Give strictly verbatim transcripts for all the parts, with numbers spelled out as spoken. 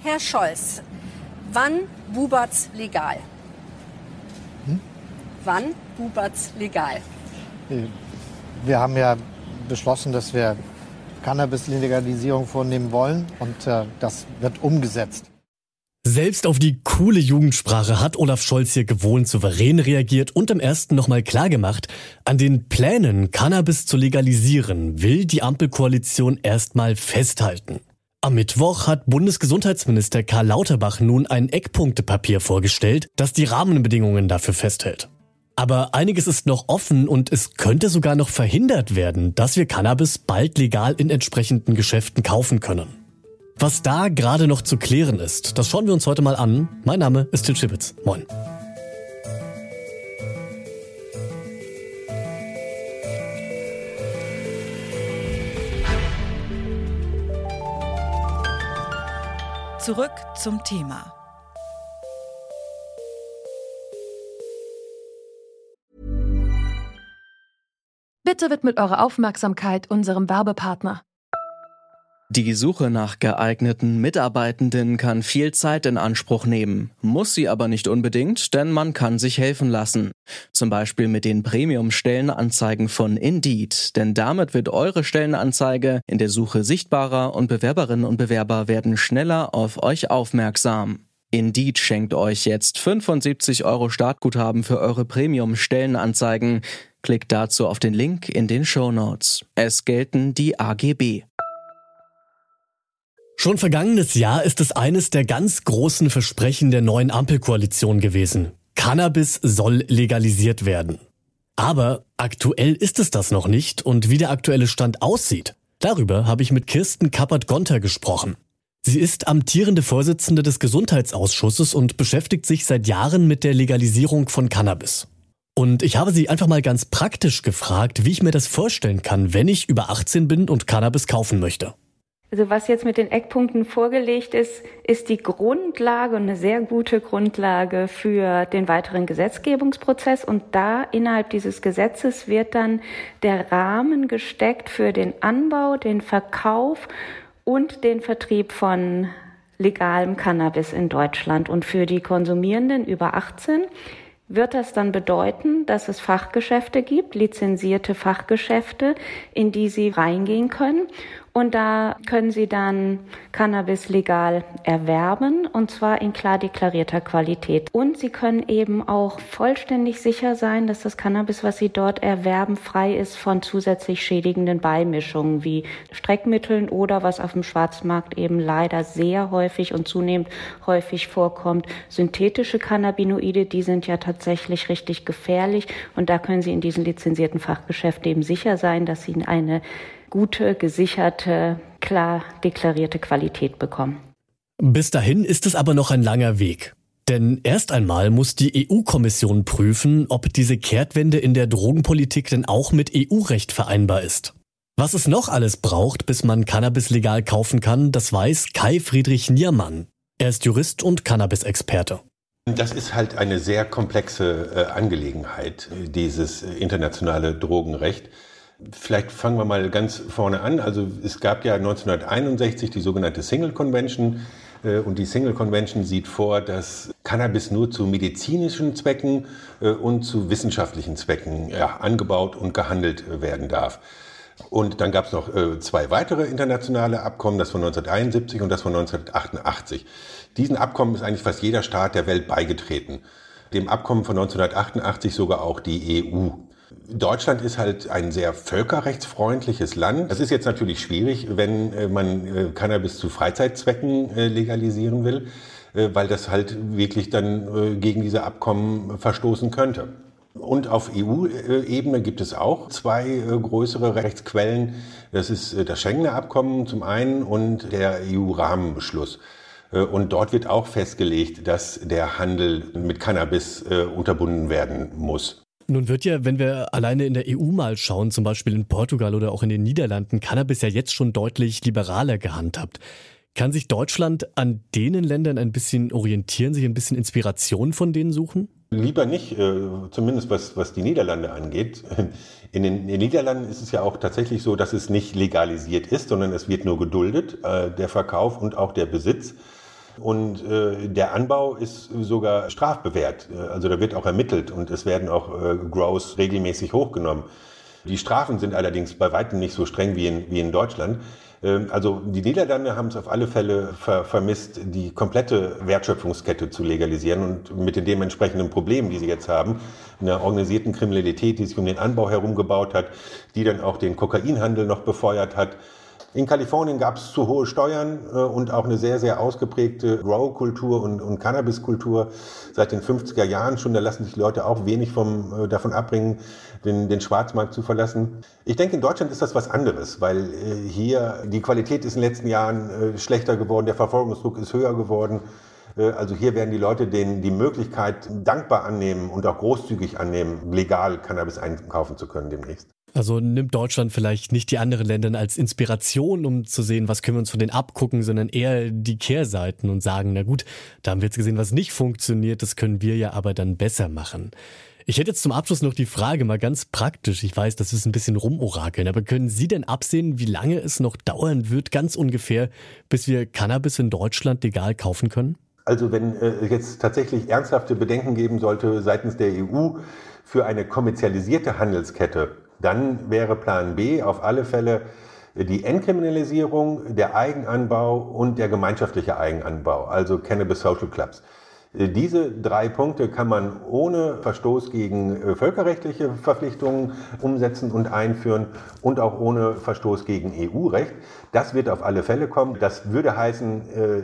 Herr Scholz, wann bubert's legal? Hm? Wann bubert's legal? Wir haben ja beschlossen, dass wir Cannabis-Legalisierung vornehmen wollen und äh, das wird umgesetzt. Selbst auf die coole Jugendsprache hat Olaf Scholz hier gewohnt souverän reagiert und im ersten nochmal klargemacht, an den Plänen, Cannabis zu legalisieren, will die Ampelkoalition erstmal festhalten. Am Mittwoch hat Bundesgesundheitsminister Karl Lauterbach nun ein Eckpunktepapier vorgestellt, das die Rahmenbedingungen dafür festhält. Aber einiges ist noch offen und es könnte sogar noch verhindert werden, dass wir Cannabis bald legal in entsprechenden Geschäften kaufen können. Was da gerade noch zu klären ist, das schauen wir uns heute mal an. Mein Name ist Till Schibitz. Moin. Zurück zum Thema. Bitte widmet eure Aufmerksamkeit unserem Werbepartner. Die Suche nach geeigneten Mitarbeitenden kann viel Zeit in Anspruch nehmen, muss sie aber nicht unbedingt, denn man kann sich helfen lassen. Zum Beispiel mit den Premium-Stellenanzeigen von Indeed, denn damit wird eure Stellenanzeige in der Suche sichtbarer und Bewerberinnen und Bewerber werden schneller auf euch aufmerksam. Indeed schenkt euch jetzt fünfundsiebzig Euro Startguthaben für eure Premium-Stellenanzeigen. Klickt dazu auf den Link in den Shownotes. Es gelten die A G B. Schon vergangenes Jahr ist es eines der ganz großen Versprechen der neuen Ampelkoalition gewesen. Cannabis soll legalisiert werden. Aber aktuell ist es das noch nicht und wie der aktuelle Stand aussieht, darüber habe ich mit Kirsten Kappert-Gonter gesprochen. Sie ist amtierende Vorsitzende des Gesundheitsausschusses und beschäftigt sich seit Jahren mit der Legalisierung von Cannabis. Und ich habe sie einfach mal ganz praktisch gefragt, wie ich mir das vorstellen kann, wenn ich über achtzehn bin und Cannabis kaufen möchte. Also was jetzt mit den Eckpunkten vorgelegt ist, ist die Grundlage und eine sehr gute Grundlage für den weiteren Gesetzgebungsprozess. Und da innerhalb dieses Gesetzes wird dann der Rahmen gesteckt für den Anbau, den Verkauf und den Vertrieb von legalem Cannabis in Deutschland. Und für die Konsumierenden über achtzehn wird das dann bedeuten, dass es Fachgeschäfte gibt, lizenzierte Fachgeschäfte, in die sie reingehen können. Und da können Sie dann Cannabis legal erwerben, und zwar in klar deklarierter Qualität. Und Sie können eben auch vollständig sicher sein, dass das Cannabis, was Sie dort erwerben, frei ist von zusätzlich schädigenden Beimischungen wie Streckmitteln oder, was auf dem Schwarzmarkt eben leider sehr häufig und zunehmend häufig vorkommt, synthetische Cannabinoide. Die sind ja tatsächlich richtig gefährlich. Und da können Sie in diesen lizenzierten Fachgeschäften eben sicher sein, dass Sie eine gute, gesicherte, klar deklarierte Qualität bekommen. Bis dahin ist es aber noch ein langer Weg. Denn erst einmal muss die E U-Kommission prüfen, ob diese Kehrtwende in der Drogenpolitik denn auch mit E U-Recht vereinbar ist. Was es noch alles braucht, bis man Cannabis legal kaufen kann, das weiß Kai Friedrich Niermann. Er ist Jurist und Cannabis-Experte. Das ist halt eine sehr komplexe äh, Angelegenheit, dieses äh, internationale Drogenrecht. Vielleicht fangen wir mal ganz vorne an. Also es gab ja neunzehnhunderteinundsechzig die sogenannte Single Convention. Und die Single Convention sieht vor, dass Cannabis nur zu medizinischen Zwecken und zu wissenschaftlichen Zwecken ja, angebaut und gehandelt werden darf. Und dann gab es noch zwei weitere internationale Abkommen, das von neunzehnhunderteinundsiebzig und das von neunzehnhundertachtundachtzig. Diesen Abkommen ist eigentlich fast jeder Staat der Welt beigetreten. Dem Abkommen von neunzehnhundertachtundachtzig sogar auch die E U. Deutschland ist halt ein sehr völkerrechtsfreundliches Land. Das ist jetzt natürlich schwierig, wenn man Cannabis zu Freizeitzwecken legalisieren will, weil das halt wirklich dann gegen diese Abkommen verstoßen könnte. Und auf E U-Ebene gibt es auch zwei größere Rechtsquellen. Das ist das Schengener Abkommen zum einen und der E U-Rahmenbeschluss. Und dort wird auch festgelegt, dass der Handel mit Cannabis unterbunden werden muss. Nun wird ja, wenn wir alleine in der E U mal schauen, zum Beispiel in Portugal oder auch in den Niederlanden, Cannabis ja jetzt schon deutlich liberaler gehandhabt. Kann sich Deutschland an denen Ländern ein bisschen orientieren, sich ein bisschen Inspiration von denen suchen? Lieber nicht, zumindest was, was die Niederlande angeht. In den, in den Niederlanden ist es ja auch tatsächlich so, dass es nicht legalisiert ist, sondern es wird nur geduldet, der Verkauf und auch der Besitz. Und äh, der Anbau ist sogar strafbewehrt. Also da wird auch ermittelt und es werden auch äh, Grows regelmäßig hochgenommen. Die Strafen sind allerdings bei weitem nicht so streng wie in, wie in Deutschland. Also die Niederlande haben es auf alle Fälle ver- vermisst, die komplette Wertschöpfungskette zu legalisieren und mit den dementsprechenden Problemen, die sie jetzt haben, einer organisierten Kriminalität, die sich um den Anbau herumgebaut hat, die dann auch den Kokainhandel noch befeuert hat. In Kalifornien gab es zu hohe Steuern äh, und auch eine sehr, sehr ausgeprägte Grow-Kultur und, und Cannabis-Kultur seit den fünfziger Jahren schon. Da lassen sich Leute auch wenig vom, äh, davon abbringen, den, den Schwarzmarkt zu verlassen. Ich denke, in Deutschland ist das was anderes, weil äh, hier die Qualität ist in den letzten Jahren äh, schlechter geworden, der Verfolgungsdruck ist höher geworden. Äh, also hier werden die Leute denen die Möglichkeit dankbar annehmen und auch großzügig annehmen, legal Cannabis einkaufen zu können demnächst. Also nimmt Deutschland vielleicht nicht die anderen Länder als Inspiration, um zu sehen, was können wir uns von denen abgucken, sondern eher die Kehrseiten und sagen, na gut, da haben wir jetzt gesehen, was nicht funktioniert, das können wir ja aber dann besser machen. Ich hätte jetzt zum Abschluss noch die Frage, mal ganz praktisch, ich weiß, das ist ein bisschen rumorakeln, aber können Sie denn absehen, wie lange es noch dauern wird, ganz ungefähr, bis wir Cannabis in Deutschland legal kaufen können? Also wenn äh, jetzt tatsächlich ernsthafte Bedenken geben sollte seitens der E U für eine kommerzialisierte Handelskette, dann wäre Plan B auf alle Fälle die Entkriminalisierung, der Eigenanbau und der gemeinschaftliche Eigenanbau, also Cannabis Social Clubs. Diese drei Punkte kann man ohne Verstoß gegen völkerrechtliche Verpflichtungen umsetzen und einführen und auch ohne Verstoß gegen E U-Recht. Das wird auf alle Fälle kommen. Das würde heißen,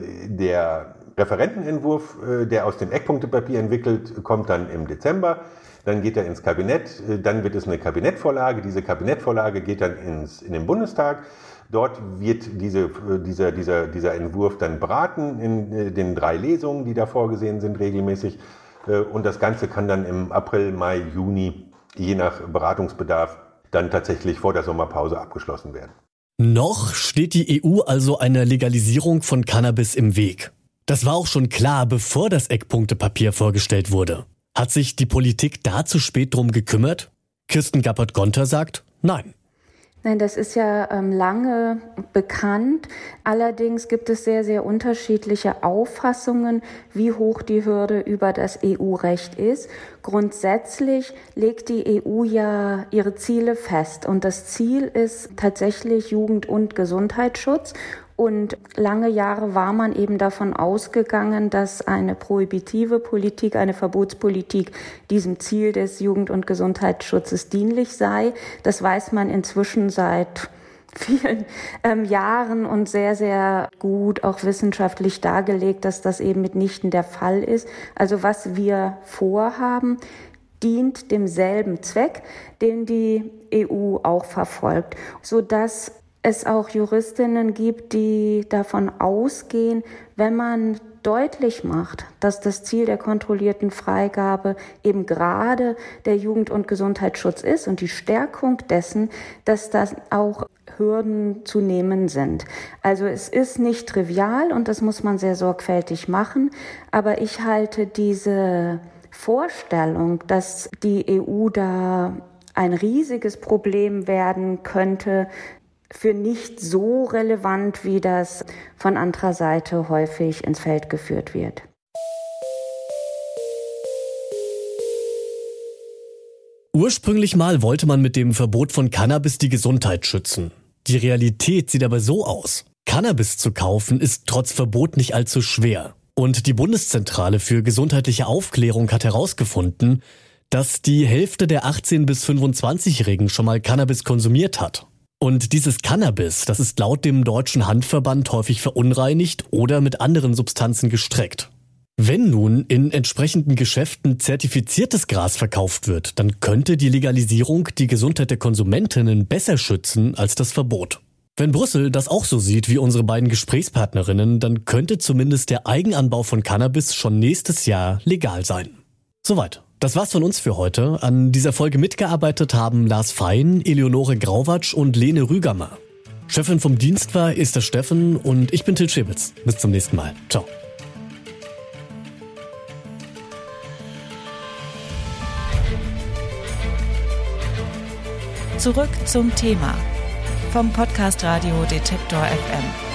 der Referentenentwurf, der aus dem Eckpunktepapier entwickelt, kommt dann im Dezember. Dann geht er ins Kabinett, dann wird es eine Kabinettvorlage. Diese Kabinettvorlage geht dann ins, in den Bundestag. Dort wird diese, dieser, dieser, dieser Entwurf dann beraten in den drei Lesungen, die da vorgesehen sind regelmäßig. Und das Ganze kann dann im April, Mai, Juni, je nach Beratungsbedarf, dann tatsächlich vor der Sommerpause abgeschlossen werden. Noch steht die E U also einer Legalisierung von Cannabis im Weg. Das war auch schon klar, bevor das Eckpunktepapier vorgestellt wurde. Hat sich die Politik da zu spät drum gekümmert? Kirsten Gappert-Gonter sagt, nein. Nein, das ist ja ähm, lange bekannt. Allerdings gibt es sehr, sehr unterschiedliche Auffassungen, wie hoch die Hürde über das E U-Recht ist. Grundsätzlich legt die E U ja ihre Ziele fest. Und das Ziel ist tatsächlich Jugend- und Gesundheitsschutz. Und lange Jahre war man eben davon ausgegangen, dass eine prohibitive Politik, eine Verbotspolitik diesem Ziel des Jugend- und Gesundheitsschutzes dienlich sei. Das weiß man inzwischen seit vielen ähm, Jahren und sehr, sehr gut auch wissenschaftlich dargelegt, dass das eben mitnichten der Fall ist. Also was wir vorhaben, dient demselben Zweck, den die E U auch verfolgt, sodass es auch Juristinnen gibt, die davon ausgehen, wenn man deutlich macht, dass das Ziel der kontrollierten Freigabe eben gerade der Jugend- und Gesundheitsschutz ist und die Stärkung dessen, dass das auch Hürden zu nehmen sind. Also es ist nicht trivial und das muss man sehr sorgfältig machen, aber ich halte diese Vorstellung, dass die E U da ein riesiges Problem werden könnte, für nicht so relevant, wie das von anderer Seite häufig ins Feld geführt wird. Ursprünglich mal wollte man mit dem Verbot von Cannabis die Gesundheit schützen. Die Realität sieht aber so aus. Cannabis zu kaufen ist trotz Verbot nicht allzu schwer. Und die Bundeszentrale für gesundheitliche Aufklärung hat herausgefunden, dass die Hälfte der achtzehn- bis fünfundzwanzigjährigen schon mal Cannabis konsumiert hat. Und dieses Cannabis, das ist laut dem Deutschen Handverband häufig verunreinigt oder mit anderen Substanzen gestreckt. Wenn nun in entsprechenden Geschäften zertifiziertes Gras verkauft wird, dann könnte die Legalisierung die Gesundheit der Konsumentinnen besser schützen als das Verbot. Wenn Brüssel das auch so sieht wie unsere beiden Gesprächspartnerinnen, dann könnte zumindest der Eigenanbau von Cannabis schon nächstes Jahr legal sein. Soweit. Das war's von uns für heute. An dieser Folge mitgearbeitet haben Lars Fein, Eleonore Grauwatsch und Lene Rügamer. Chefin vom Dienst war Esther Steffen und ich bin Til Schibitz. Bis zum nächsten Mal. Ciao. Zurück zum Thema vom Podcast Radio Detektor F M.